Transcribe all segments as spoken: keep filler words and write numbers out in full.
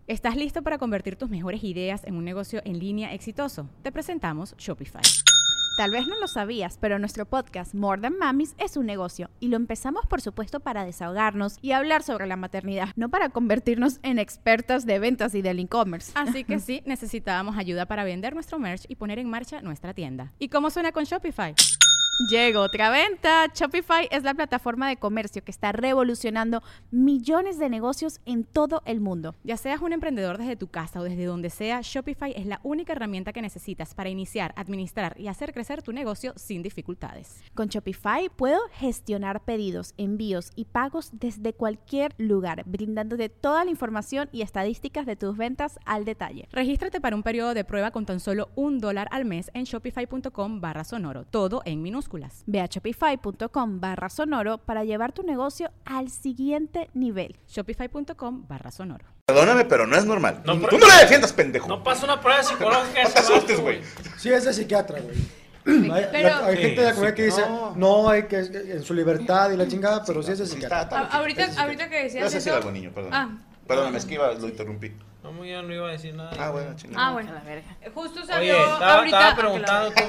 ¿Estás listo para convertir tus mejores ideas en un negocio en línea exitoso? Te presentamos Shopify. Tal vez no lo sabías, pero nuestro podcast More Than Mamis es un negocio y lo empezamos por supuesto para desahogarnos y hablar sobre la maternidad, no para convertirnos en expertas de ventas y del e-commerce. Así que sí, necesitábamos ayuda para vender nuestro merch y poner en marcha nuestra tienda. ¿Y cómo suena con Shopify? Llegó otra venta. Shopify es la plataforma de comercio que está revolucionando millones de negocios en todo el mundo. Ya seas un emprendedor desde tu casa o desde donde sea, Shopify es la única herramienta que necesitas para iniciar, administrar y hacer crecer tu negocio sin dificultades. Con Shopify puedo gestionar pedidos, envíos y pagos desde cualquier lugar, brindándote toda la información y estadísticas de tus ventas al detalle. Regístrate para un periodo de prueba con tan solo un dólar al mes en shopify.com barra sonoro, todo en minúsculas. Ve a shopify.com barra sonoro para llevar tu negocio al siguiente nivel. Shopify.com barra sonoro. Perdóname, pero no es normal. No, Tú pero- no le defiendas, pendejo. No pasa una prueba psicológica. No te asustes, güey. Sí, es de psiquiatra, güey. Hay, Pero- la- hay Sí, gente de la sí. comunidad que dice, No. no, hay que en su libertad y la chingada, pero sí es de Sí, psiquiatra. está- está- A- ahorita, sí, sí. ahorita que decías Ibas a decir eso- algo, niño, perdón. Ah. Perdóname, es que iba, lo interrumpí. No, yo no iba a decir nada. Ah, bueno, chingada. Ah, bueno. A la verga. Justo Oye, salió estaba, ahorita. estaba ah, que la- preguntando tú,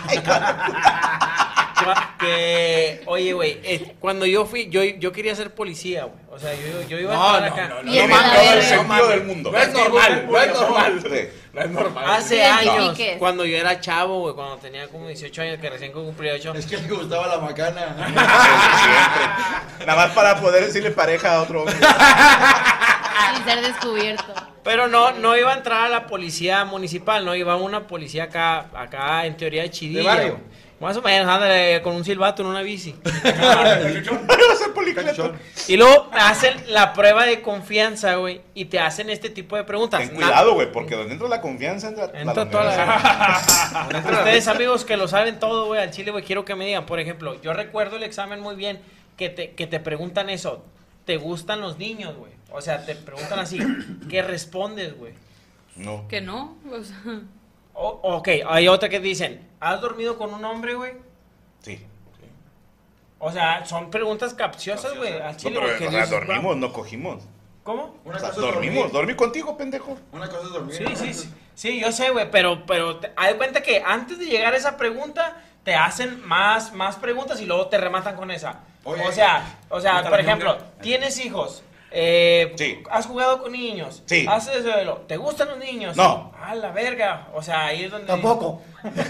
Franco. que, oye, güey, eh, cuando yo fui, yo, yo quería ser policía, güey. O sea, yo, yo iba a entrar acá. Y es No, la no, verga. el sentido del mundo. No es normal, no es normal. Sí. No es normal. Hace Identifiques. años, cuando yo era chavo, güey, cuando tenía como dieciocho años, que recién cumplí ocho. Es que le gustaba la macana. Siempre. Nada más para poder decirle pareja a otro hombre. Sin ser descubierto. Pero no, no iba a entrar a la policía municipal, no iba a una policía acá, acá en teoría de Chidilla. ¿De barrio? Güey. Más o menos, ándale, con un silbato en una bici. Va a ser policleto. Y luego hacen la prueba de confianza, güey, y te hacen este tipo de preguntas. Ten cuidado, güey, porque donde entra la confianza entra, Entra la toda universidad. la... Ustedes, amigos, que lo saben todo, güey, al chile, güey, quiero que me digan, por ejemplo, yo recuerdo el examen muy bien, que te, que te preguntan eso, ¿te gustan los niños, güey? O sea, te preguntan así, ¿qué respondes, güey? No. Que no, o sea. O- ok, hay otra que dicen, ¿has dormido con un hombre, güey? Sí. O sea, son preguntas capciosas, güey, al No, chile, pero güey, que o sea, dices, dormimos, no cogimos. ¿cómo? O Una sea, cosa es dormimos. dormir. Dormí contigo, pendejo. Una cosa es dormir. Sí, sí, sí. Sí, yo sé, güey, pero, pero te, haz de cuenta que antes de llegar a esa pregunta, te hacen más, más preguntas y luego te rematan con esa. Oye, o sea, o sea, otra por pregunta. ejemplo, ¿tienes hijos? Eh, Sí. ¿Has jugado con niños? Sí. ¿Haces eso? ¿Te gustan los niños? No. A la verga. O sea, ahí es donde... Tampoco.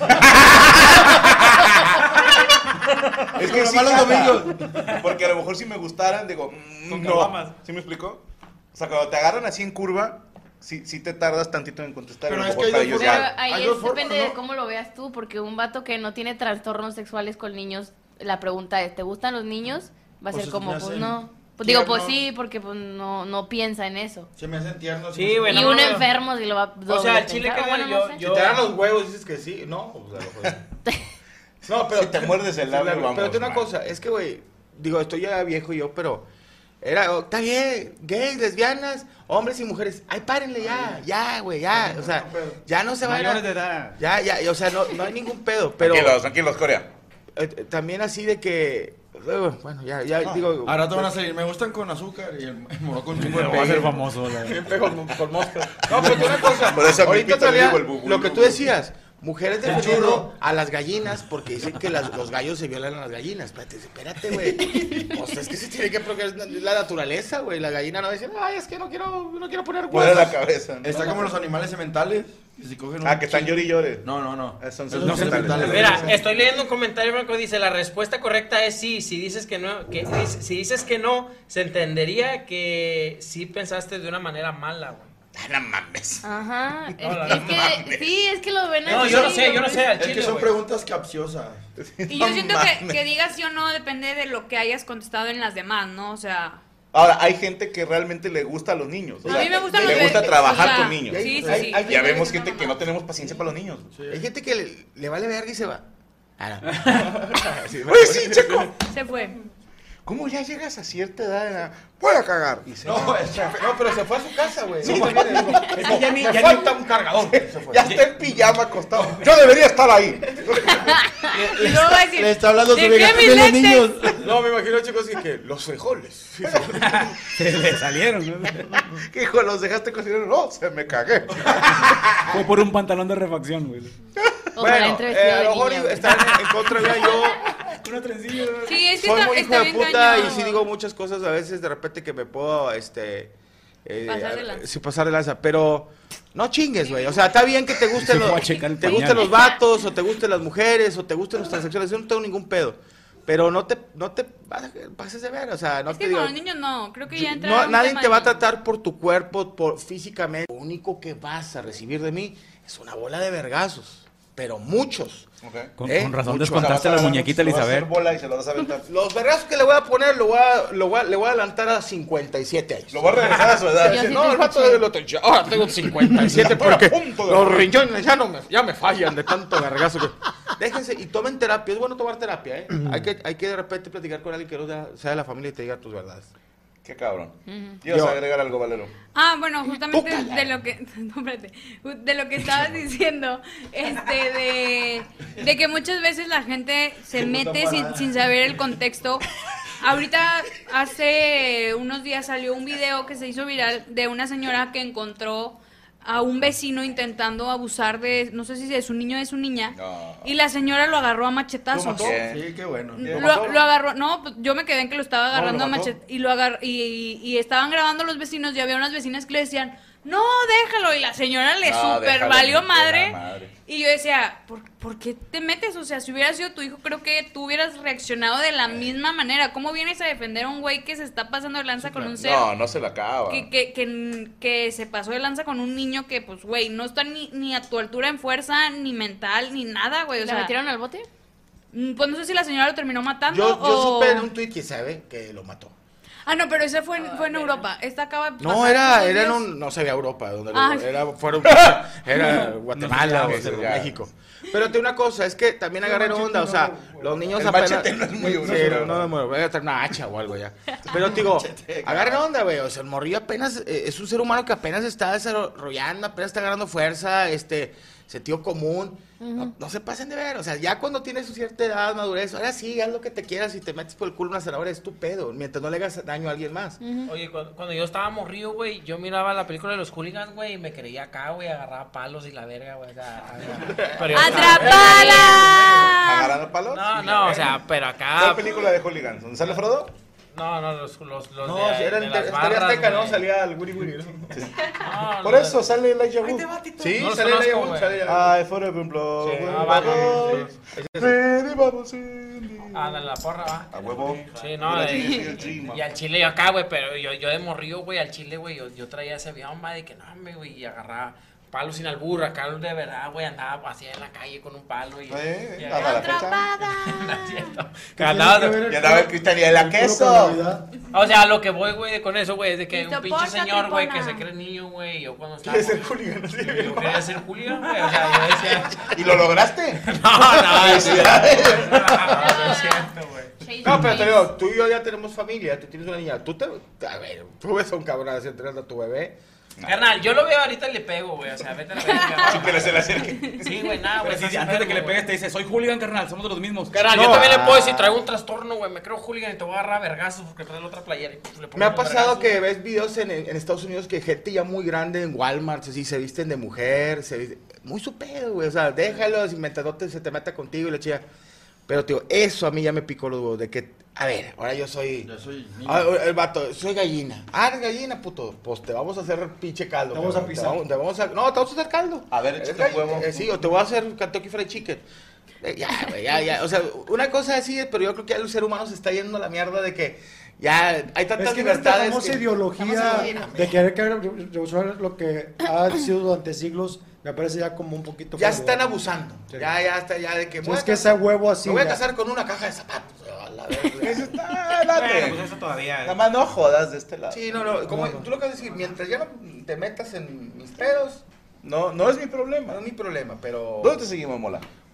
Es que sí, Nomás los caga. domingos. Porque a lo mejor si me gustaran, digo, mm, Con no. caguamas. ¿Sí me explicó? O sea, cuando te agarran así en curva, sí, sí te tardas tantito en contestar. Pero a lo es mejor que hay para dos ellos Pero formas. ya- ahí Hay es, dos formas, depende de ¿no? cómo lo veas tú, porque un vato que no tiene trastornos sexuales con niños, la pregunta es, ¿te gustan los niños? Va a Pues ser se como, me pues hacen no. Pues digo, pues tiernos. sí, porque pues no, no piensa en eso. Se me hacen tiernos. Sí, güey. Y no, un no, no. enfermo si lo va a O sea, al chile pensar, que bueno, yo- no sé. Si yo- te dan los huevos dices que sí, no. O sea, lo jodí. No, pero Si te muerdes el labio, pero, vamos, pero tiene una man. cosa, es que, güey, digo, estoy ya viejo yo, pero era, oh, está bien, gays, lesbianas, hombres y mujeres, ay, párenle ya, ya, güey, ya, o sea, ya no se van a... edad. Ya, ya, o sea, no, no hay ningún pedo, pero Tranquilos, tranquilos, Corea. eh, eh, también así de que, eh, bueno, ya, ya, digo... Ahora te van a salir, me gustan con azúcar y el, el morro con chingo de va a pegue. ser famoso. Siempre con, con moscas. No, pero tiene una cosa. Por eso a mi Ahorita pita le salía digo el bubulú, lo que tú güey. decías. Mujeres defendiendo a las gallinas porque dicen que las- los gallos se violan a las gallinas. Espérate, espérate, güey. O sea, es que se tiene que procrear es la naturaleza, güey. La gallina no dice, ay, es que no quiero, no quiero poner Mueve la huevos. cabeza. ¿no? Está como los animales sementales. Que si cogen un Ah, que están chingo- llori y llore. No, no, no. Eh, son Esos sementales. sementales. Mira, estoy leyendo un comentario, Franco, dice, la respuesta correcta es sí. Si dices que no, que, si dices que no, se entendería que sí pensaste de una manera mala, güey. Ah, no mames. Ajá, es, No, no, es no que, mames. sí, es que lo ven No, así, yo no sé, yo no sé, al Es chile, que son güey. preguntas capciosas. Y yo No siento que, mames. que digas sí o no depende de lo que hayas contestado en las demás, ¿no? O sea, Ahora, hay gente que realmente le gusta a los niños. O a sea, mí me gustan le los gusta bebés, trabajar o sea, con niños. Sí, sí, Hay- sí. hay- Ya vemos gente que no tenemos paciencia para los niños. Hay gente que le, le vale verga y se va. Ah, no. Sí, Pues sí, Checo. Se fue. ¿Cómo ya llegas a cierta edad? En la... Voy a cagar. Y se No, va. es- no, pero se fue a su casa, güey. Sí, No, también también, es- me, es que ya ni- me ya falta ni- un cargador. Se fue. Ya está en pijama acostado. Yo debería estar ahí. Y luego va a decir, Le está hablando su "Dejé vieja mis de los lentes". niños. No, me imagino, chicos, que, que los frijoles. Sí, Se le salieron, ¿no? ¿Qué hijo, los dejaste cocinar? No, se me cagué. Fue por un pantalón de refacción, güey. Ojalá bueno, entre eh, vestido a de lo mejor niña, güey. están en, en contra mía yo. Una trencilla, güey. Sí, es que Soy está, muy está hijo de bien puta cañón. y sí digo muchas cosas a veces de repente que me puedo, este... eh, Pasar de a- lanza. sí, pasar de lanza, pero no chingues, güey. O sea, está bien que te gusten Se los, fue a checar el te pañal. gusten los vatos, o te gusten las mujeres, o te gusten los transexuales. Yo no tengo ningún pedo. Pero no te, no te pases de ver, o sea, no Es te que digo... con los niños no, creo que ya entra No, un nadie tema te va a de- tratar por tu cuerpo, por físicamente. Lo único que vas a recibir de mí es una bola de vergazos, pero muchos. Okay. Con, ¿Eh? con razón Mucho. descontaste a la muñequita Lo vas a hacer Elizabeth. bola y se lo vas a aventar. Los vergazos que le voy a poner lo voy a, lo voy a- le voy a adelantar a cincuenta y siete años. Lo voy a regresar a su edad. Yo sí No, te el vato escuché. de lo te- ahora tengo cincuenta y siete Estoy a porque punto de los morir. riñones ya, no me, ya me fallan de tanto vergazo que... Déjense y tomen terapia, es bueno tomar terapia, ¿eh? hay, que, hay que de repente platicar con alguien que no sea- sea de la familia y te diga tus verdades. Qué cabrón. Ujú. Ibas Yo- a agregar algo, Valero. Ah, bueno, justamente Tócala. de lo que no, espérate, de lo que estabas diciendo, este de, de que muchas veces la gente se mete sin, sin saber el contexto. Ahorita hace unos días salió un video que se hizo viral de una señora que encontró a un vecino intentando abusar de, no sé si de su niño o de su niña, No. y la señora lo agarró a machetazos. ¿Lo mató? Bien. Sí, qué bueno. Bien. Lo, lo agarró, no, pues, yo me quedé en que lo estaba No, agarrando ¿lo a mató? machete y lo agar y, y, y estaban grabando los vecinos y había unas vecinas que le decían, no, déjalo, y la señora le No, super déjalo, valió ni madre. pena madre. Y yo decía, ¿por, ¿por qué te metes? O sea, si hubiera sido tu hijo, creo que tú hubieras reaccionado de la misma manera. ¿Cómo vienes a defender a un güey que se está pasando de lanza con un ser? No, no se la acaba. Que, que, que, que se pasó de lanza con un niño que, pues, güey, no está ni, ni a tu altura en fuerza, ni mental, ni nada, güey. O ¿La sea, metieron al bote? mm, pues no sé si la señora lo terminó matando Yo, yo o... supe en un tuit que sabe que lo mató. Ah, no, pero ese fue en, fue en Europa. Esta acaba de No, pasar era, estos era en días. un, no sabía Europa, donde Ah. lo- era, fueron, era Guatemala No o sé, sea, ya. México. Pero te una cosa, es que también agarré onda, o sea, los niños El apenas... machete no es muy Sí, europeo. no, no, no, voy a traer una hacha o algo ya. Pero te digo, agarren onda, güey, o sea, el morrillo apenas, eh, es un ser humano que apenas está desarrollando, apenas está agarrando fuerza, este, sentido común. No, no se pasen de ver, o sea, ya cuando tienes su cierta edad, madurez, ahora sí, haz lo que te quieras y te metes por el culo una zanahoria, es tu pedo, mientras no le hagas daño a alguien más. Oye, cuando, cuando yo estaba morrido, güey, yo miraba la película de los hooligans, güey, y me creía acá, güey, agarraba palos y la verga, güey. O sea, pero yo- ¡Atrapala! ¿Agarrando palos? No, no, o sea, pero acá. ¿Cuál película de Hooligans? ¿Dónde sale Frodo? No, no, los, los, los No, de, si era de en las Estaría barras, Azteca, ¿no? güey. Salía el Wiri Wiri, ¿no? No, Por los de- eso sale Elijah Wood. Sí, No los sale conozco, Elijah Wood, güey. sale Elijah Wood. I forever blow. Sí. with Ah, va, my no, voice. Ready, vamos in. Ah, de la porra, va. A huevo. Sí, no, Yo de- sí, sí, sí, y al chile yo acá, güey, pero yo, yo de morrillo, güey, al chile, güey, yo, yo traía ese avión, va, de que no, me, güey, y agarraba palos sin albur, acá de verdad, güey, andaba así en la calle con un palo y... Eh, y- hasta la fecha. No es cierto. ¿Qué Andaba- tiene que ver Y andaba el Cristian y el a puro queso. con Navidad? O sea, lo que voy, güey, con eso, güey, es de que Listo, un pinche porta, señor, güey, que tripona. se cree niño, güey, yo cuando estaba... Quiere ser hooligan, así. Yo quería ser Julio, güey, o sea, yo decía... ¿Y lo lograste? No, no, es Felicidades. no es cierto, güey. No, pero te digo, tú y yo ya tenemos familia, tú tienes una niña, tú te... A ver, tú ves a un cabrón así entrenando a tu bebé. Carnal, yo lo veo ahorita y le pego, güey, o sea, vete a la verga. Sin que le se le acerque. Sí, güey, nada, güey. Pero sí, estás antes de que le enfermo, pegues güey. te dice, soy hooligan, carnal, somos de los mismos. Carnal, No, yo también ah. le puedo decir, traigo un trastorno, güey, me creo hooligan y te voy a agarrar a vergazos porque traes la otra playera. y, pues, le pongo Me ha los pasado vergazos, que güey. ves videos en, en Estados Unidos que gente ya muy grande en Walmart, así, se visten de mujer, se visten... Muy su pedo, güey, o sea, déjalos y mientras no te, se te meta contigo y la chilla. Pero, tío, eso a mí ya me picó los huevos, de que, a ver, ahora yo soy... Yo soy niño. Ah, el vato, soy gallina. Ah, eres gallina, puto. Pues te vamos a hacer pinche caldo. Te vamos cabrón. a pisar. Te vamos, te vamos a... No, te vamos a hacer caldo. A ver, Eres échate un gallina, huevo. eh, sí, o te voy a hacer Kentucky Fried Chicken. Eh, ya, güey, ya, ya. O sea, una cosa así, pero yo creo que ya el ser humano se está yendo a la mierda de que ya hay tantas Es que esta libertades. famosa que- ideología Vamos a- de querer que revolucionar lo que ha sido durante siglos, me parece ya como un poquito... Ya fuera de están lugar. abusando. Sí. Ya, ya está, ya de que... Sí, voy es a que casar- ese huevo así... Me voy a ya. casar con una caja de zapatos. A la verga. Eso está, Bueno, date. pues eso todavía. Nada más no jodas de este lado. Sí, no, no, como tú lo que vas a decir, mientras ya no te metas en mis pedos, No, no es mi problema. no es mi problema, pero... ¿Dónde te seguimos, Mola?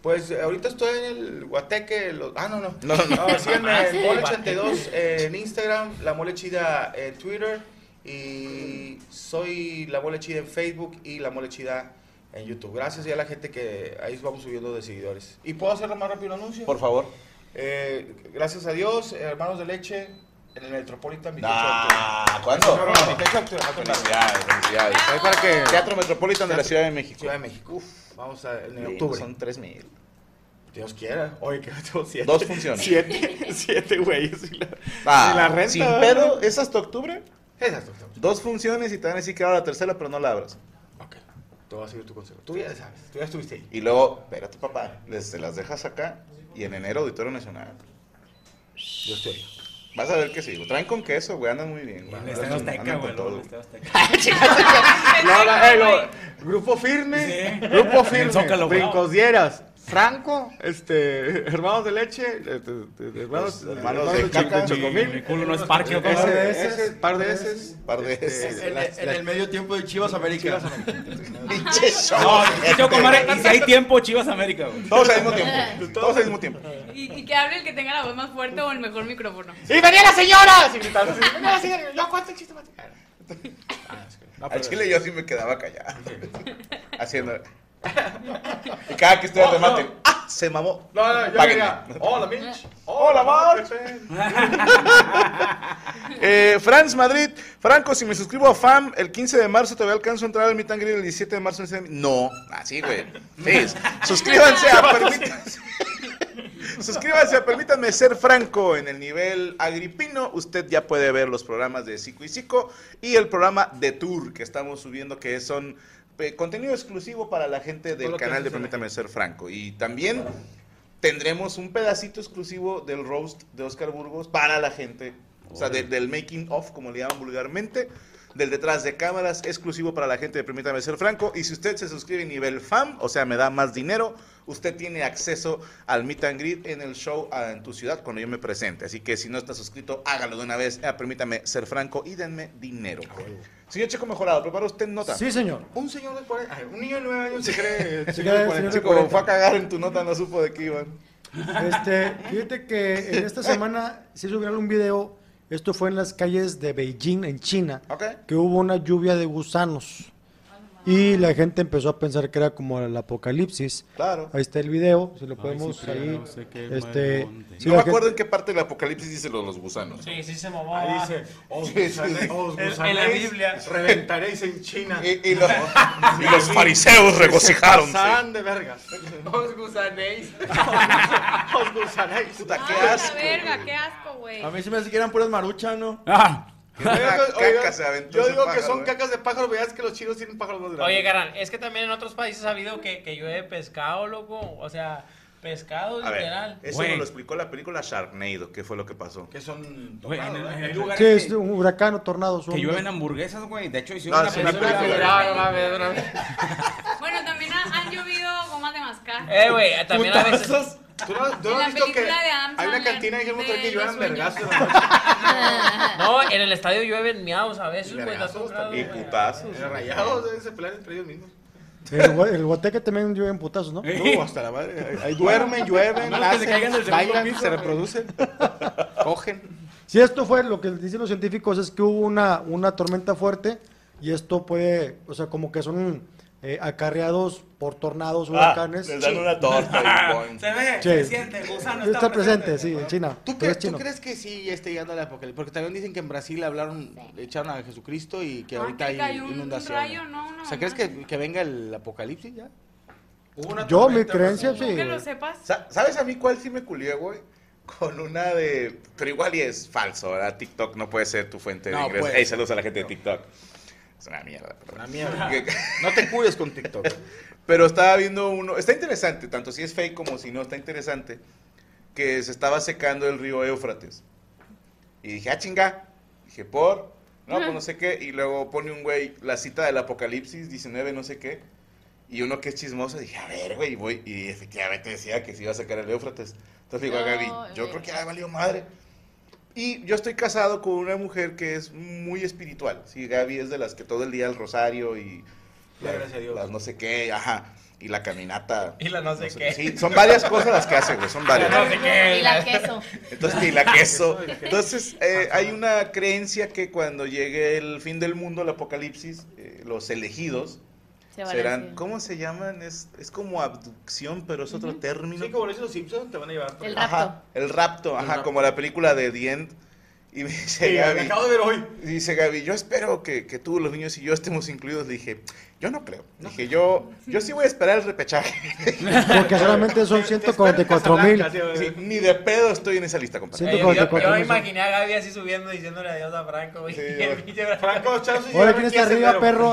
Pues ahorita estoy en el Guateque. Los... Ah, no, no. No, no. No, síganme Ah, en sí, Mole Guateque. ochenta y dos eh, en Instagram, La Mole Chida en Twitter. Y soy La Mole Chida en Facebook y La Mole Chida en YouTube. Gracias ya a la gente que ahí vamos subiendo de seguidores. ¿Y puedo hacerlo más rápido el anuncio? Por favor. Eh, gracias a Dios, Hermanos de Leche, en el Metropolitan veintiocho de Ah, octubre. ¿cuándo? No, no, veintiocho de octubre, falta un rato. Felicidades, felicidades. Ahí para que... Teatro Metropolitan de la Ciudad de México. Ciudad de México. Uf, vamos a... en Bien, octubre. Son tres mil. Dios quiera. Oye, que tengo siete. Dos funciones. Siete, siete güeyes. Y la, Ah, y la renta. sin pedo, ¿es hasta octubre? Exacto. Dos funciones y te van a decir que ahora la tercera, pero no la abras. Ok. Te voy a seguir tu consejo. Tú ya sabes. Tú ya estuviste ahí. Y luego, espérate, papá, les, te las dejas acá y en enero Auditorio Nacional. Yo estoy. Vas a ver que sí. Traen con queso, güey, andan muy bien. El güey. Estadio Andan Azteca, con güey. todo. El Estadio Azteca. No, no, eh, no. Grupo firme. Sí. Grupo En firme. Zócalo, güey. Brincosieras. Franco, este, hermanos de leche, de- de- de- hermanos, Los hermanos de caca. de Chocomil. Mi culo no es parque, ¿o cómo? Ese- Ese, ese, par de eses. Par de Este, eses. En, las- en las- el medio tiempo de Chivas América. Pinche show. No, yo, comadre, y si hay tiempo, Chivas América, güey. Todos al mismo tiempo. Todos al mismo tiempo. Y, y que hable el que tenga la voz más fuerte o el mejor micrófono. ¡Y venía la señora! Y gritaron así, venía la señora. Yo cuento el chiste más. Ah, es que- no, Al pero- chile yo sí me quedaba callado. Haciendo. Y cada que estoy al remate, ¡ah! Se mamó. No, no, yo Páguenme. diría, hola Mitch. Hola, March. Eh, Franz Madrid, Franco, si me suscribo a F A M el quince de marzo, ¿todavía alcanzo a entrar al Meet and Greet el diecisiete de marzo? No, así, güey. Sí, suscríbanse a Permítanse. Suscríbanse a Permítanme Ser Franco en el nivel agripino. Usted ya puede ver los programas de Psico y Psico y el programa de Tour que estamos subiendo, que son eh, contenido exclusivo para la gente del Todo lo que canal de hace Permítame Ser Franco. Y también tendremos un pedacito exclusivo del roast de Oscar Burgos para la gente, o sea, de- del making of, como le llaman vulgarmente, del detrás de cámaras, exclusivo para la gente de Permítame Ser Franco. Y si usted se suscribe nivel F A M, o sea, me da más dinero, usted tiene acceso al meet and greet en el show ah, en tu ciudad cuando yo me presente. Así que si no está suscrito, hágalo de una vez a Permítame Ser Franco y denme dinero. Señor Checo Mejorado, ¿prepara usted nota? Sí, señor. Un señor de cuarenta, ay, un niño de nueve años se cree Se señor cree de cuarenta. señor de Checo, fue a cagar en tu nota, no supo de qué iban. Este, fíjate que en esta semana se hizo viral un video, esto fue en las calles de Beijing, en China, Ok. que hubo una lluvia de gusanos y la gente empezó a pensar que era como el apocalipsis. Claro. Ahí está el video, si lo podemos ahí. Este, sí, No la me gente- acuerdo en qué parte del apocalipsis dice lo de los gusanos. Sí, sí se mamó. Ahí ah. dice, os Sí, sí, sí. gusane- os En- en gusanéis, la Biblia. reventaréis en China. Y, y los, y los fariseos regocijaron. Pasaban de vergas. Os gusanéis. Os gusanéis. Puta, qué Ay, la asco. verga, qué asco, güey. A mí se me hace que eran puras maruchas, ¿no? Ah, Una caca se aventó yo ese digo que pájaro, son eh. cacas de pájaro, veas que los chinos tienen pájaros más grandes. Oye, Garán, es que también en otros países ha habido que, que llueve pescado, loco. O sea, pescado A ver, literal. eso Güey. nos lo explicó la película Sharknado, ¿qué fue lo que pasó? que son güey, en, tornados, en- ¿eh? hay lugares Sí, es que, un huracán o tornado. son- que llueven hamburguesas, güey. De hecho, hicieron No, una sí, una película. película. No, no mames, no mames. Bueno, también ha- han llovido gomas de mascar. Eh, güey, también a veces. Putazos. ¿Tú no, tú no En la has visto que película de Adam hay una Sandler cantina en Guillermo de que lluevan Los Sueños. vergazos en la noche? No, en el estadio llueven miados a veces, Y güey. vergazos está sobrado, Y güey. putazos. En rayados deben se pelear entre ellos mismos. El, gua- el Guateque también llueven putazos, ¿no? No, hasta la madre. Ahí duermen, llueven, Nada más que se nacen, caigan del segundo bailan, piso, se güey. reproducen, cogen. Si esto fue lo que dicen los científicos, es que hubo una, una tormenta fuerte y esto puede, o sea, como que son eh, acarreados por tornados, huracanes. Ah, les dan una torta y boing. Se ve, Sí. se siente, el gusano está, Está presente, sí, en China. ¿Tú, pero cre- es chino. ¿Tú crees que sí ya esté llegando al apocalipsis? Porque también dicen que en Brasil hablaron, le echaron a Jesucristo y que Ah, ahorita que hay cayó un inundación. rayo, no, no, o sea, ¿crees no. que, que venga el apocalipsis ya? Yo, mi creencia, ¿Tú sí. que lo güey. sepas? Sa- ¿Sabes a mí cuál sí me culié, güey? Con una de... Pero igual y es falso, ¿verdad? TikTok no puede ser tu fuente de No, ingresos. puede. Ey, saludos a la gente de TikTok. Es una mierda. Pero, Una mierda. Que- No te cures con TikTok. pero estaba viendo uno... Está interesante, tanto si es fake como si no, está interesante. Que se estaba secando el río Éufrates. Y dije, ah, chinga. Dije, ¿por? No, pues no sé qué. Y luego pone un güey la cita del Apocalipsis, diecinueve, no sé qué. Y uno que es chismoso, dije, a ver, güey, voy. Y efectivamente decía que se iba a sacar el Éufrates. Entonces digo a Gaby, No, yo güey. creo que ya valió madre. Y yo estoy casado con una mujer que es muy espiritual. Sí, Gaby es de las que todo el día el rosario y Ya, gracias a Dios. las no sé qué, ajá. y la caminata. Y la no sé sé, qué. Sí, son varias cosas las que hace, güey, son varias. No sé qué. Y la queso. Entonces, y la queso. Entonces, eh, hay una creencia que cuando llegue el fin del mundo, el apocalipsis, eh, los elegidos Se van a serán, decir. ¿cómo se llaman? Es, es como abducción, pero es otro término. Sí, como lo dicen los Simpsons, te van a llevar. El Ajá, rapto. el rapto, ajá, rapto. como la película de The End. Y me dice Sí, la Gaby, acabo de ver hoy. y dice Gaby, yo espero que, que tú, los niños y yo estemos incluidos. Le dije, yo no creo. Dije, yo, yo sí voy a esperar el repechaje. Porque solamente son ciento cuarenta y cuatro mil. Sí, ni de pedo estoy en esa lista, compadre. ciento Eh, cuarenta y yo, cuatro yo me mil son- imaginé a Gaby así subiendo diciéndole adiós a Franco, güey. Sí, Y el yo- pinche Franco- Franco, Charles. Hola, ¿quién está arriba, perro?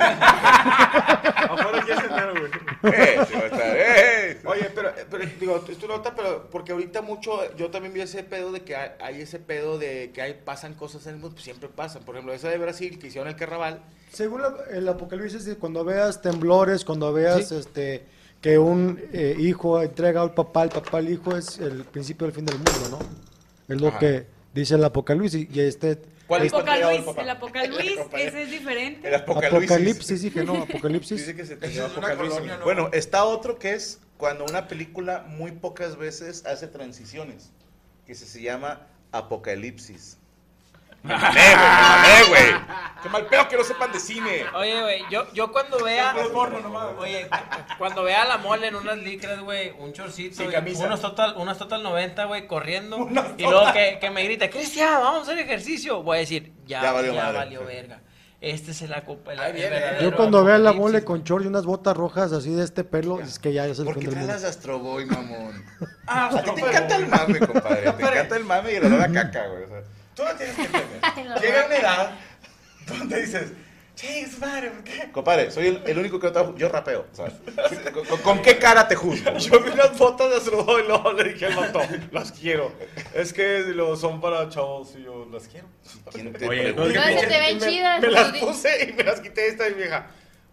Afuera aquí es enero, güey. Eh, sí va a estar, eh. Oye, pero, pero digo, es tu nota, pero porque ahorita mucho, yo también vi ese pedo de que hay, hay ese pedo de que hay, pasan cosas en el mundo, pues siempre pasan. Por ejemplo, esa de Brasil que hicieron el carnaval. Según la- el apocalipsis, es cuando veas temblores, cuando veas este que un eh, hijo entrega al papá, el papá al hijo, es el principio del fin del mundo, ¿no? Es lo Ajá. que dice el apocalipsis. Y este ¿Cuál El hijo entregaba al Apocalipsis, papá? el Apocalipsis, Compañero. ese es diferente. El apocalipsis. apocalipsis, dije, no, apocalipsis. Dice que se Esa tenía es una apocalipsis. colonia, ¿no? Bueno, está otro que es cuando una película muy pocas veces hace transiciones, que se, se llama apocalipsis. Me mamé, güey, me mamé, güey. Qué mal pedo que no sepan de cine. Oye, güey, yo, yo cuando vea. Oye, cuando vea a la mole en unas licras, güey, un chorcito, Sin y camisa. unos total, unas total noventa, güey, corriendo. Y luego que, que me grita, Cristian, vamos a hacer ejercicio. Voy a decir, ya, Ya ya valió valió, madre. verga. Este es el, acu- el, Ahí el viene. verdadero Yo cuando vea la apocalipsis, mole güey. con short y unas botas rojas así de este pelo, es que ya es el ¿Por fin qué del traes mundo. las Astro Boy, mamón? Ah, A ti te encanta el mame, compadre. Te encanta el mame y el olor a caca, güey. O sea, Tú no tienes que entender. Ay, no. Llega una edad donde dices, chicos, madre, ¿por qué? compadre, soy el, el único que no trabajo. Yo rapeo, ¿sabes? ¿Con, con- con qué cara te juzgo? Yo vi unas botas de Astro y luego le dije al vato, las quiero. Es que lo son para chavos y yo las quiero. ¿Quién te Oye, pregunta? No, se te ven me, chidas. Me las Tú di- puse y me las quité esta y vieja.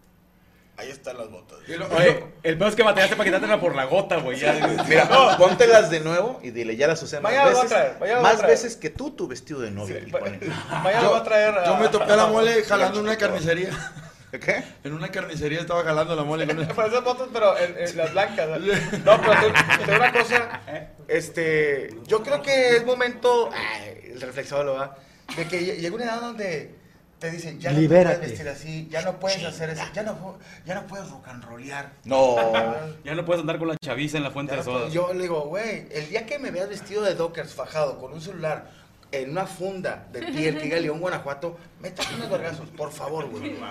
Ahí están las botas. Oye, el peor es que batallaste para quitártela por la gota, güey. Ya. Mira, póntelas de nuevo y dile, ya las usé más Mañana lo voy a veces. traer, mañana lo voy a Más traer. veces que tú, tu vestido de novia. Sí, y va- ponen- Mañana voy a traer a... Yo me topé a la mole jalando en una carnicería. ¿Qué? En una carnicería estaba jalando la mole. Con el- Para esas botas, pero en, en las blancas. ¿no? No, pero te, te digo una cosa. Este, yo creo que es momento, ay, el reflexólogo, ¿verdad? De que lle- llegue una edad donde te dicen, ya no te Libérate. puedes vestir así, ya no puedes hacer eso, ya no, pu- ya no puedes rock and rollear. No. Ya no puedes andar con la chaviza en la fuente Ya de no soda. puedes- Yo le digo, güey, el día que me veas vestido de Dockers, fajado, con un celular, en una funda de piel que diga León, Guanajuato, métate unos vergazos, por favor, güey. Y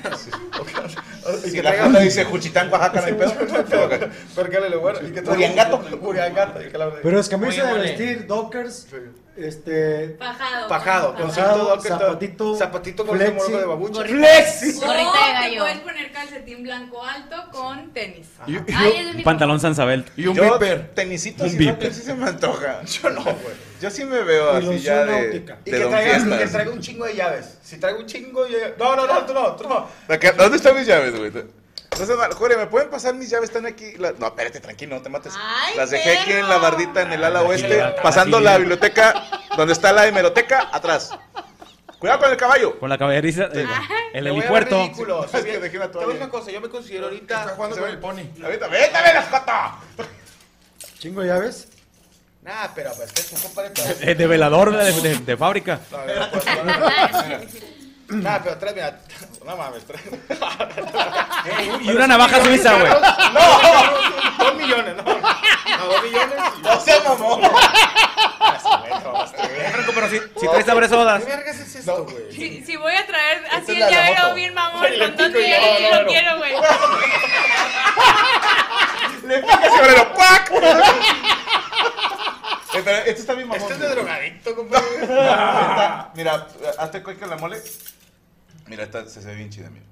Si que la traigas- funda dice Juchitán, Oaxaca, no hay pedo. Pero que le bueno, y que traiga- Uriangato. Uriangato, y que la- Pero es camisa Oye, de mole. vestir, dockers, este, Fajado. Pajado, con Fajado, cinto Docker, zapatito, zapatito con flexi. ese de babucha. Flexi. Gorrita de O te gallo. puedes poner calcetín blanco alto con tenis. Y, y- Ay, es de mi Pantalón Sansabelt. y un Yo, viper. tenisitos Un y viper. rockers sí se me antoja. Yo no, güey. Yo sí me veo así ya Ilusión de, náutica. Y de que, don traiga, y que fiestas. traiga un chingo de llaves. Si traigo un chingo de llaves. No, no, no, tú no, tú no. Acá, ¿dónde están mis llaves, güey? No sé, Jorge, ¿me pueden pasar mis llaves? Están aquí. La- No, espérate, tranquilo, no te mates. Ay, Las dejé aquí en la perro. bardita en el ala oeste, acá, pasando así. la biblioteca, donde está la hemeroteca, atrás. Cuidado con el caballo. Con la caballeriza, el, el Te voy a ver helipuerto. ridículo. Es que dejé una Te voy a toalla. decir una cosa, yo me considero Está ahorita. jugando con el pony. Ahorita, vete a ver las cotas. chingo de llaves. Nah, pero pues que es un compadre. pero- Eh, De velador de, de- de fábrica. No, no, pues, no, no, no. Nah, pero trae, mira. No mames, trae. Y una navaja suiza, güey. No, dos millones, no. No, dos millones. No se mamó. Eh, Franco, pero si, si traes abresodas. ¿Qué vergas es esto, güey? Si, si voy a traer así es el la de la llavero moto. bien mamón, Y le con dos pico y millones no, y no, lo no. quiero, güey. Le pica sobre lo cuac. Eh, pero este está bien mamón. Este es de drogadicto, compadre. Esta, mira, hazte cueca en la mole. Mira, esta se ve bien chida, mira.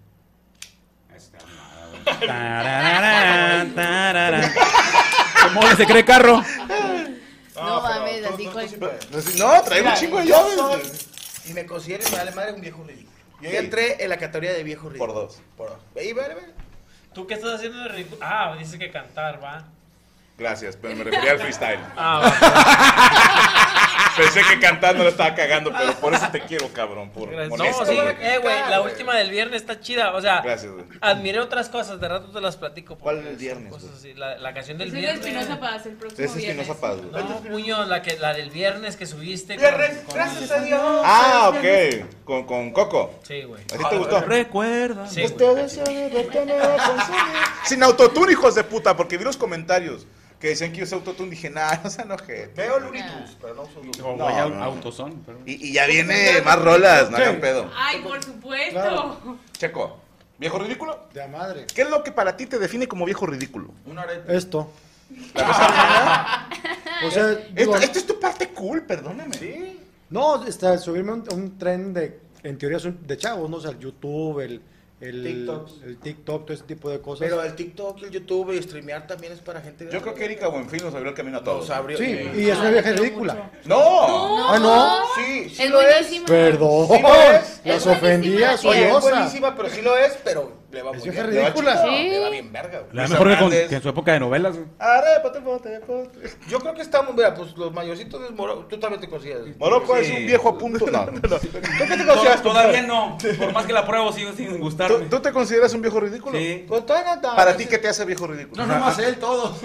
Tarararán, tararán. ¿Qué mole se cree carro? No pero mames, tú- así tú- con- tú sí puedes. No, sí, no, traigo un Mira, chingo de yo llaves. soy- güey. Y me considero y me vale madre un viejo ridículo. Yo ya Sí. entré en la categoría de viejo ridículo. Por dos. Por dos. Ve, vale, vale. ¿Tú qué estás haciendo de ridículo? Ah, dice que cantar, va. Gracias, pero me refería al freestyle. Ah, va. Pensé que cantando lo estaba cagando, pero por eso te quiero, cabrón. Por No, molesto, sí, güey. eh, güey, la última del viernes está chida. O sea, Gracias, güey. admiré otras cosas, de rato te las platico. ¿Cuál el viernes, Cosas güey? así, la, la canción del Ese es viernes. Espinosa Paz, el próximo Es viernes. Espinosa Paz, güey. No, Muñoz, la, que, la del viernes que subiste. Viernes, con- con- gracias a Dios. Ah, ok. Con, con Coco. Sí, güey. ¿A ti te gustó? Recuerda. Sí, güey. Sin autotune, hijos de puta, porque vi los comentarios que decían que yo usé autotune. Dije, nah, no se enoje. Veo Looney Tunes, pero no uso Looney O No, vaya no. autosón. Pero... Y, y ya viene más rolas, no hagan pedo. Ay, por supuesto. Claro. Checo, ¿viejo ridículo? De a madre. ¿Qué es lo que para ti te define como viejo ridículo? Un arete. Esto. ¿La cosa arena? O sea, digo, Esta, esta es tu parte cool, perdóname. Sí. no, está, subirme a un, a un tren de, en teoría son de chavos, ¿no? O sea, el YouTube, el, el, TikToks. el TikTok, todo ese tipo de cosas. Pero el TikTok, el YouTube y streamear también es para gente. Yo creo que Erika Buenfil nos abrió el camino a todos. Nos abrió. sí, y es una vieja ridícula. ¡No! Ah, no. Sí, sí Es lo es. buenísima. Perdón, Sí lo es. las Es ofendía, buenísima, soy Oye, es osa. buenísima, pero sí lo es, pero le va Es muy vieja bien. Le va ridícula. chido, Sí. Le va bien verga, güey. La Luis mejor que, con- Hernández. que en su época de novelas, güey. Arépate, pote, pote. Yo creo que estamos, mira, pues los mayorcitos de Moro, tú también te consideras. Morocco es Sí. un viejo a punto. No. ¿Tú qué te To- consideras? Todavía no. Por más que la pruebo, sigo sin ¿Tú, gustarme. tú te consideras un viejo ridículo? Sí. Pues todavía no. ¿Para ti qué te hace viejo ridículo? No, nomás él, todos.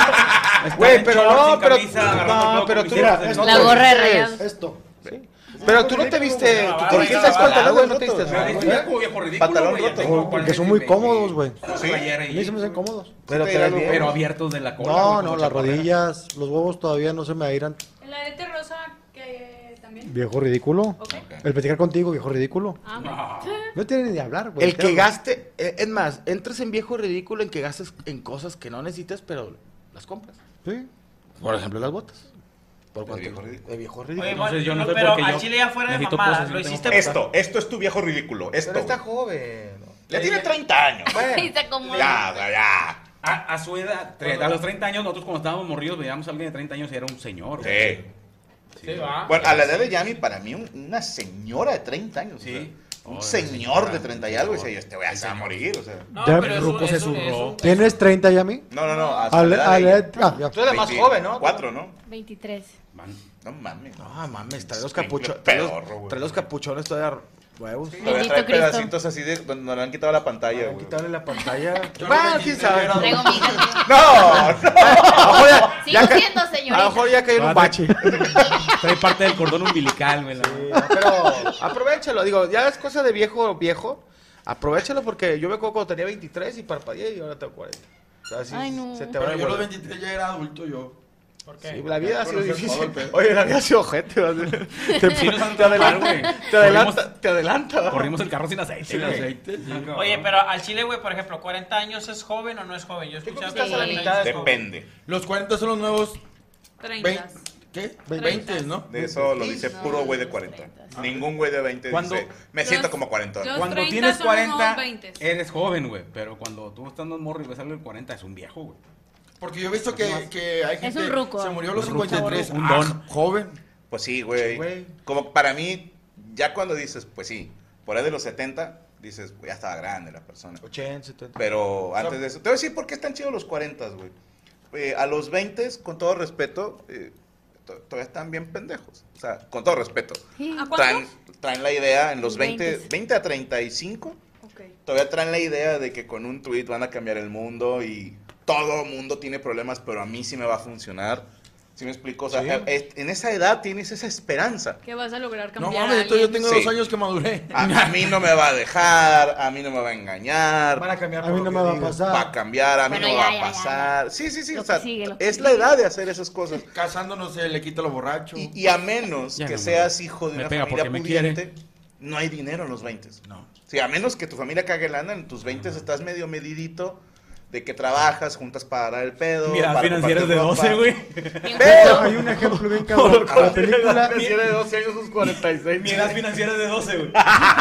Güey, pero no, pero- no, no, pero tú- Mira, no esto, La gorra de rayados. Esto. Pero tú no te viste. La ¿Tú barba te y viste la el barba, pantalón, güey, no te viste? roto. Pero ¿no? viejo, viejo ridículo, Pantalón güey, ya roto. tengo Porque son muy cuarenta y cómodos, güey. cinco ¿Sí? playeras A y- mí se me hacen cómodos. Pero Sí, te ves algo- bien. Pero abiertos de la cola. No, güey, no, como las chaparra. rodillas, los huevos todavía no se me airan. El arete rosa que también. Viejo ridículo. Ok. El platicar contigo, viejo ridículo. Ah, No tiene ni de hablar, güey. El que créanme. gaste, eh, es más, entras en viejo ridículo en que gastes en cosas que no necesitas, pero las compras. Sí. Por ejemplo, las botas. ¿Por De cuánto? viejo ridículo. De viejo ridículo. Oye, Entonces, yo no sé pero por qué al yo chile ya fuera de necesito mamada, cosas y lo no tengo hiciste. para- Esto, esto es tu viejo ridículo. Esto. Pero está joven. Ya tiene treinta años. Bueno, Y se acomoda. Ya, ya, ya. A, a su edad, tre- a los treinta años, nosotros cuando estábamos morridos veíamos a alguien de treinta años y era un señor. güey. Sí. Sí, va. Bueno, a la edad de Yami, para mí, un- una señora de treinta años. Sí. O sea, un Oh, señor señora, de treinta y algo. Y por dice, este güey ya se va a morir. O sea. No, Ya, pero es Ruco un- se es un- zurró. es un- ¿Tienes treinta ya, mi? No, no, no. A su A edad la- a de la- ella. ah, ya. tú eres más joven, ¿no? Cuatro, ¿no? veintitrés. Man, No mames. No, mames, trae los Pinche capuchones. Trae los, pedorro, güey. trae los capuchones todavía huevos. Todavía Bendito trae Cristo. pedacitos así de donde nos le han quitado la pantalla, güey. Quitarle la pantalla. Yo Bueno, no quién me sabe. entero. Traigo mi hija. No, no. A lo mejor ya- Sigo ya ca- siendo A lo señorita. mejor ya cayó en un Ah, bache. trae parte del cordón umbilical, güey. la- Sí, pero aprovechalo, digo, ya es cosa de viejo, viejo. Aprovechalo porque yo me acuerdo cuando tenía veintitrés y parpadeé y ahora tengo cuarenta. O sea, sí, Ay, no. se te va Pero a yo a los volver. veintitrés ya era adulto yo. ¿Por qué? Sí, la vida ha sido Conocer difícil. todo el pedo. Oye, la vida ha sido ojete. ¿verdad? Te, Sí, nos han te adelanta, güey. te adelanta, te adelanta. ¿verdad? Corrimos el carro sin aceite, Sin güey. aceite. sí. Oye, pero al chile, güey, por ejemplo, cuarenta años es joven o no es joven. Yo Yo creo escuché que hasta estás a la cuarenta mitad años de es joven. Depende. Los cuarenta son los nuevos treinta. veinte. ¿Qué? Veinte. veinte, ¿no? De eso lo dice puro güey de cuarenta. Ningún güey de veinte ¿Cuándo? dice, me siento como cuarenta. Los Cuando treinta tienes son los nuevos cuarenta, veinte. eres joven, güey. Pero cuando tú estás en morro y ves algo de cuarenta, es un viejo, güey. Porque yo he visto que, que hay gente un ruco. se murió a los Un ruco, cincuenta y tres. un Ah, don. joven. Pues sí, güey. Sí, güey. Como para mí, ya cuando dices, pues sí, por ahí de los setenta, dices, pues ya estaba grande la persona. ochenta, setenta. Pero antes de eso, te voy a decir por qué están chidos los cuarenta, güey. Eh, a los veinte, con todo respeto, eh, to- todavía están bien pendejos. O sea, con todo respeto. ¿A cuántos? Traen, traen la idea en los veinte, Veintes. veinte a treinta y cinco, Ok. todavía traen la idea de que con un tweet van a cambiar el mundo y todo mundo tiene problemas, pero a mí sí me va a funcionar. ¿Sí me explico? O sea, Sí. eh, en esa edad tienes esa esperanza. ¿Qué vas a lograr No cambiar? mames, a esto yo alguien? tengo Sí. los años que maduré. A, a mí no me va a dejar, a mí no me va a engañar, Van a cambiar A por mí lo no que me va a digas. pasar. va a cambiar, a mí Bueno, no ya, va a ya, ya, pasar. Sí, sí, sí, Lo o sea, que sigue, lo que es la sigue. edad de hacer esas cosas. Casándose se le quita lo borracho. Y, y a menos Ya que no me- seas hijo de me una pega familia porque me quiere. pudiente, no hay dinero en los veinte. No. Sí, a menos que tu familia cague lana, en tus veinte estás medio medidito de que trabajas, juntas para dar el pedo. Mira, para financieras de compartir doce, ropa. güey. Bien Pero- Hay un ejemplo bien cabrón. La película. Tiene doce años, sus cuarenta y seis. Mi edad financiera es de doce, güey.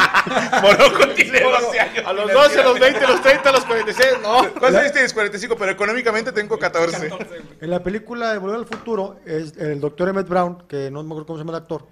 Morocco tiene doce años. A los doce, a los veinte, a los treinta, a los cuarenta y seis, no. ¿Cuántos años tienes? cuarenta y cinco, pero económicamente tengo catorce. En la película de Volver al Futuro, es el doctor Emmett Brown, que no me acuerdo cómo se llama el actor.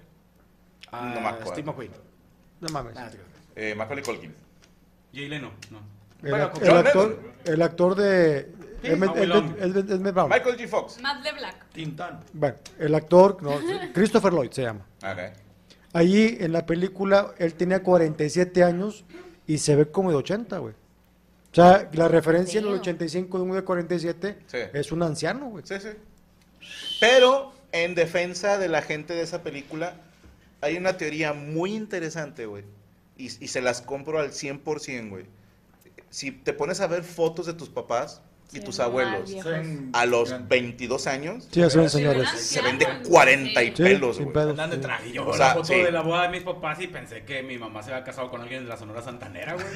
Ah, No me acuerdo. Steve McQueen. No mames. Eh, Macaulay Culkin. Jay Leno, no. El, Bueno, ac- con el John actor, Lennon. el actor de Es Med- es Med- es Med- es Med Brown. Michael G. Fox. Matt LeBlanc. Tintán. Bueno, el actor, no, Christopher Lloyd se llama. Ok. Allí en la película él tenía cuarenta y siete años y se ve como de ochenta, güey. O sea, la referencia en el ochenta y cinco de uno de cuarenta y siete Sí. es un anciano, güey. Sí, sí. Pero en defensa de la gente de esa película, hay una teoría muy interesante, güey. Y, y se las compro al cien por ciento, güey. Si te pones a ver fotos de tus papás y Sí, tus no, abuelos viejos. a los veintidós años, Sí, ya son se señores. se ven de cuarenta y Sí, pelos, sin güey. pedos, Andan de sí. traje. Yo O veo sea, la foto sí. de la boda de mis papás y pensé que mi mamá se había casado con alguien de la Sonora Santanera, güey.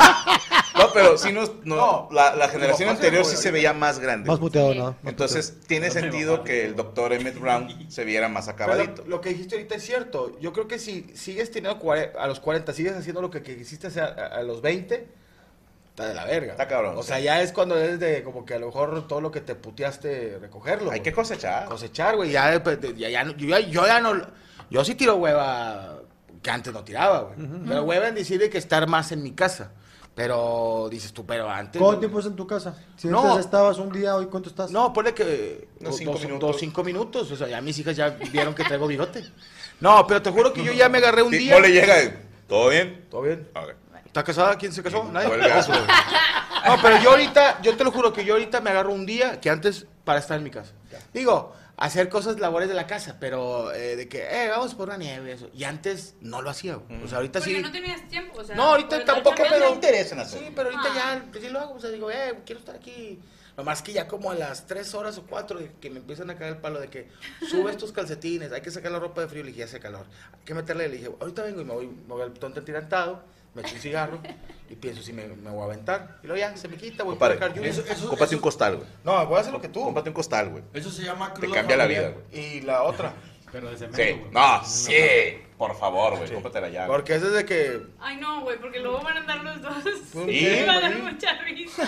No, pero sí nos, no, No, la, la generación papá se anterior ve sí joven. se veía más grande. Más muteado, ¿no? Más Entonces tiene No, mi sentido mamá. que el doctor Emmett Brown se viera más acabadito. Pero lo que dijiste ahorita es cierto. Yo creo que si sigues teniendo cuare- a los cuarenta, sigues haciendo lo que, que quisiste hacer a, a los veinte, está de la verga. Está cabrón. O sea, ya es cuando eres de como que a lo mejor todo lo que te puteaste, recogerlo. Hay güey. que cosechar. Cosechar, güey. Ya, después de- ya, ya, no- yo, ya, yo ya no. Yo sí tiro hueva que antes no tiraba, güey. Pero hueva en decir de que estar más en mi casa. Pero dices tú, pero antes. ¿Cuánto tiempo es en tu casa? Si No. antes estabas un día, hoy ¿cuánto estás? No, ponle que Unos dos, cinco dos- minutos. dos, cinco minutos. O sea, ya mis hijas ya vieron que traigo bigote. No, pero te juro que yo ya me agarré un Sí, día. no le llega. y, ¿Todo bien? ¿Todo bien? Ok. ¿Está casada? ¿Quién se casó? Nadie. Vuelve a eso. No, pero yo ahorita, yo te lo juro que yo ahorita me agarro un día que antes para estar en mi casa. Digo, hacer cosas labores de la casa, pero eh, de que, eh, vamos por una nieve y eso. Y antes no lo hacía, güey. O sea, ahorita Porque sí. no tenías tiempo, o sea. No, ahorita por- tampoco, por- pero. me interesa en hacerlo. Sí, pero ahorita Ah. ya, pues sí lo hago. O sea, digo, eh, quiero estar aquí. Nomás que ya como a las tres horas o cuatro de que me empiezan a caer el palo de que subes tus calcetines, hay que sacar la ropa de frío, le dije, ya hace calor. Hay que meterle, le dije, ahorita vengo y me voy, me voy al tonto entirantado, me echo un cigarro y pienso si me, me voy a aventar. Y luego ya, se me quita, voy Compadre, a cargar eso- eso- cómprate un costal, güey. No, voy a hacer lo que tú. Cómprate un costal, güey. Eso se llama Te cruda cambia la familiar. vida, güey. Y la otra, Pero de cemento, Sí. güey. No, sí. Por favor, güey. Cómpratela ya. güey. porque es desde que... Ay, no, güey, porque luego van a andar los dos. Sí, Me va a dar güey. mucha risa.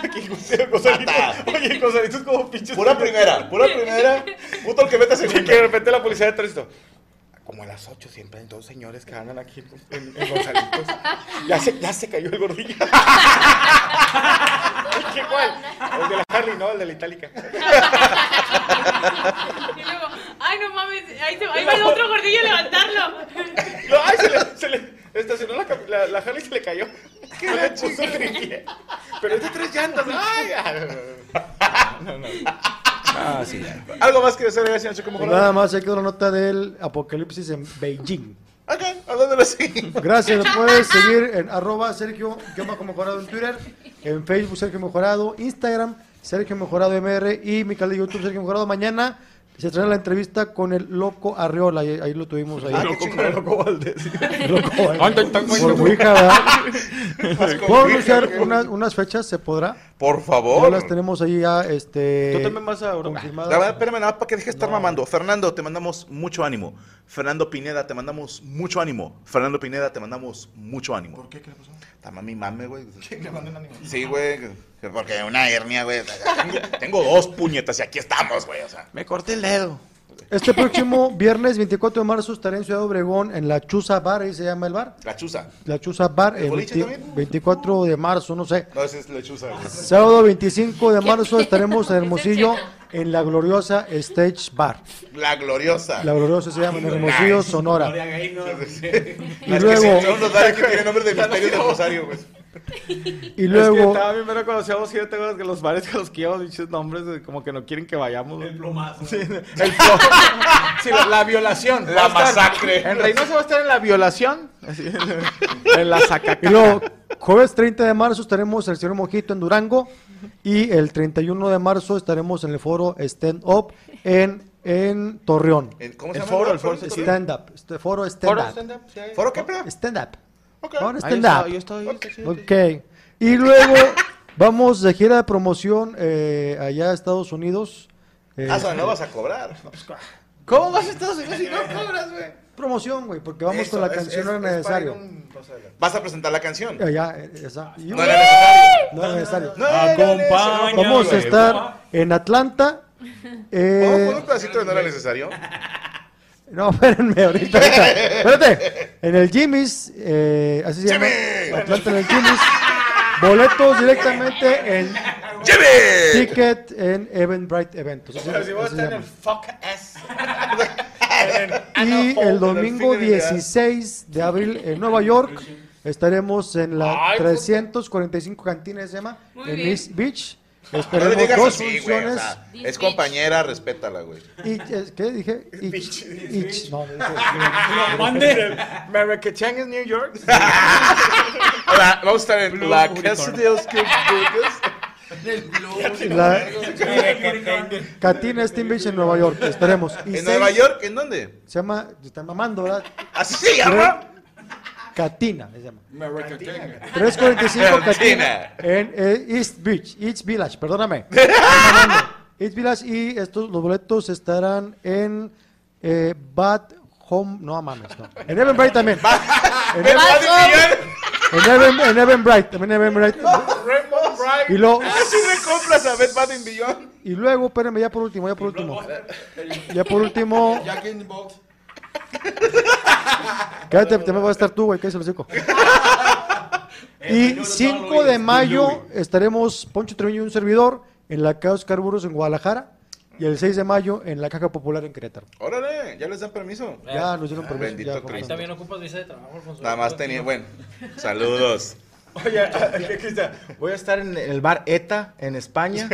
Mata. Oye, Cosalitos como pinches... Pura primera, pura primera. Puto el que mete Y que de segunda. repente la policía de tránsito. Como a las ocho siempre hay dos señores que andan aquí en, en Gonzalitos. Ya se, ya se cayó el gordillo. ¿Qué cuál? El de la Harley, no, el de la Itálica. Y luego, ay, no mames, ahí, se, ahí va el otro gordillo a levantarlo. No, ay, se le, se le estacionó la, cam- la, la Harley y se le cayó. ¿Qué le puso tripié? Pero es de tres llantas. Ay, no, no. Ah, sí, ya. ¿Algo más que desear, señor Checo Pues Mejorado? nada más, hay que dar una nota del apocalipsis en Beijing. Ok, hablándolo así. Gracias, nos puedes seguir en arroba Sergio Bajo Mejorado en Twitter, en Facebook Sergio Mejorado, Instagram Sergio Mejorado M R y mi canal de YouTube Sergio Mejorado. Mañana se estrena la entrevista con el Loco Arriola, ahí, ahí lo tuvimos ahí. Ah, qué chingón. Loco Valdés. Loco Valdés. Por mi hija, ¿verdad? ¿Puedo anunciar unas, unas fechas? ¿Se podrá? Por Ya favor. las tenemos ahí ya, este... ¿Tú también vas a Europa? confirmadas. La verdad, espérame nada más para que dejes de estar mamando. Fernando, te mandamos mucho ánimo. Fernando Pineda, te mandamos mucho ánimo. Fernando Pineda, te mandamos mucho ánimo. ¿Por qué? ¿Qué le pasó? Está mami mame, güey. ¿Quién le mandó un ánimo? Sí, güey. que- Porque una hernia, güey. Tengo, tengo dos puñetas y aquí estamos, güey. O sea. Me corté el dedo. Este próximo viernes veinticuatro de marzo estaré en Ciudad Obregón en la Chuza Bar, ahí se llama el bar. La chuza. La Chuza Bar, ¿El el boliche veinti- también? veinticuatro de marzo, no sé. No, esa es la chuza, güey. Sábado veinticinco de marzo estaremos en Hermosillo en la gloriosa Stage Bar. La gloriosa. La gloriosa se llama en Hermosillo, Nice. Sonora. Gloria Gaynor. Y Es que luego, sí, son los lugares que tienen nombre de misterios del Rosario, güey. y luego, estaba bien, pero conocíamos siete horas que los bares que los que íbamos, dichos nombres, de como que no quieren que vayamos. El plomazo. Sí, el plo- sí, la, la violación. La Va a estar- masacre. En Reynosa va a estar en la violación. Así, en la sacacaca. y luego, jueves treinta de marzo estaremos en el señor Mojito en Durango y el treinta y uno de marzo estaremos en el foro Stand Up en, en Torreón. El- ¿Cómo se El llama? foro, güey? el foro, sí. Stand Up, este foro Stand ¿Foro Up. stand-up? Sí, hay. ¿Foro qué, perdón? Stand Up. Ok. Foro Ahí Stand está, Up. yo estoy, está chido. Ok. Y luego vamos de gira de promoción eh, allá a Estados Unidos. Eh, Ah, o sea, no vas a cobrar. ¿Cómo vas a Estados Unidos si no cobras, güey? promoción, güey, porque vamos Eso, con la es- canción es- no era es para necesario. ir un paso adelante. Vas a presentar la canción. Allá, eh, esa. Y- No era necesario. No era necesario. No era necesario. Acompaña. Vamos a estar en Atlanta. ¿Podemos Eh, poner un pedacito de no era necesario? no, espérenme, ahorita, ahorita. Espérate. En el Jimmy's, eh, así se llama. Jimmy. Atlanta en el Jimmy's. Boletos directamente en ¡Jimmy! Ticket en Eventbrite Eventos. Así- Pero si vos así se estás en el llama. fuck ass. Y el domingo dieciséis de abril en Nueva York estaremos en la Ay, trescientos cuarenta y cinco Cantina, se llama, Muy en bien. East Beach. No le Esperemos digas dos así, güey. O funciones. sea, This es bitch. compañera, respétala, güey. Y, eh, ¿qué dije? Ich, ich, no, dije- Maracachang es New York. Hola, vamos a estar en la Casa de los la Cantina Steam Beach en Nueva York. Estaremos. Y ¿En seis- Nueva York? ¿En dónde? Se llama, se está mamando, ¿verdad? ¿Así se llama? Catina, se llama. Maracachang. trescientos cuarenta y cinco Catina. Catina en eh, East Beach, East Village, perdóname. Estoy mamando. East Village y estos, los boletos estarán en eh, Bad Home, no mames, no. En Eventbrite también. En, ¿Ves, Evan- Padre Miguel? en, Even- en Eventbrite, también en Eventbrite. Rainbow Bright. Y, lo, Ah, sí me compras a Bed Bath and Beyond. y luego, espérenme, ya por último, ya por último. Ya por último, Jack in the Box. quédate, también va a estar tú, güey, que se los digo. Y cinco de mayo estaremos Poncho Treviño y un servidor en la Caja Oscar Burgos en Guadalajara. Y el seis de mayo en la Caja Popular en Querétaro. Órale, ya les dan permiso. Ya nos dieron permiso. Bendito ya, Cristo. Ahí por también ocupas visa de trabajo, Alfonso. Nada más tenía, bueno, saludos. Oye, ¿qué Cristian? Voy a estar en el bar ETA en España.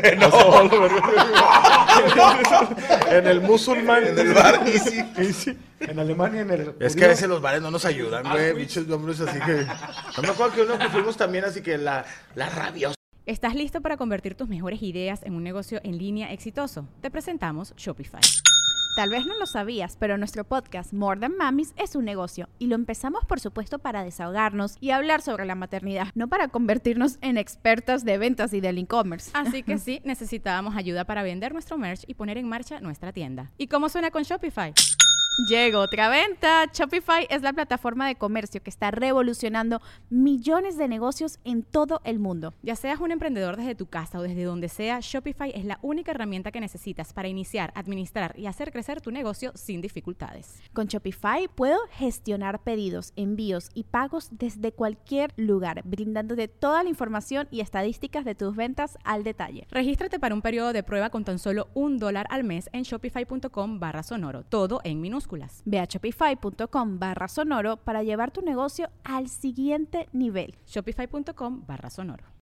En el musulmán. En el bar Easy. Easy. En Alemania, en el. Es que a veces los bares no nos ayudan, güey. Bichos nombres así que. No me acuerdo que uno que fuimos también, así que la, la rabiosa. ¿Estás listo para convertir tus mejores ideas en un negocio en línea exitoso? Te presentamos Shopify. Tal vez no lo sabías, pero nuestro podcast More Than Mamis es un negocio y lo empezamos por supuesto para desahogarnos y hablar sobre la maternidad, no para convertirnos en expertas de ventas y del e-commerce. Así que sí, necesitábamos ayuda para vender nuestro merch y poner en marcha nuestra tienda. ¿Y cómo suena con Shopify? Llegó otra venta. Shopify es la plataforma de comercio que está revolucionando millones de negocios en todo el mundo. Ya seas un emprendedor desde tu casa o desde donde sea, Shopify es la única herramienta que necesitas para iniciar, administrar y hacer crecer tu negocio sin dificultades. Con Shopify puedo gestionar pedidos, envíos y pagos desde cualquier lugar, brindándote toda la información y estadísticas de tus ventas al detalle. Regístrate para un periodo de prueba con tan solo un dólar al mes en shopify.com barra sonoro, todo en minúsculas. Ve a shopify.com barra sonoro para llevar tu negocio al siguiente nivel. Shopify.com barra sonoro.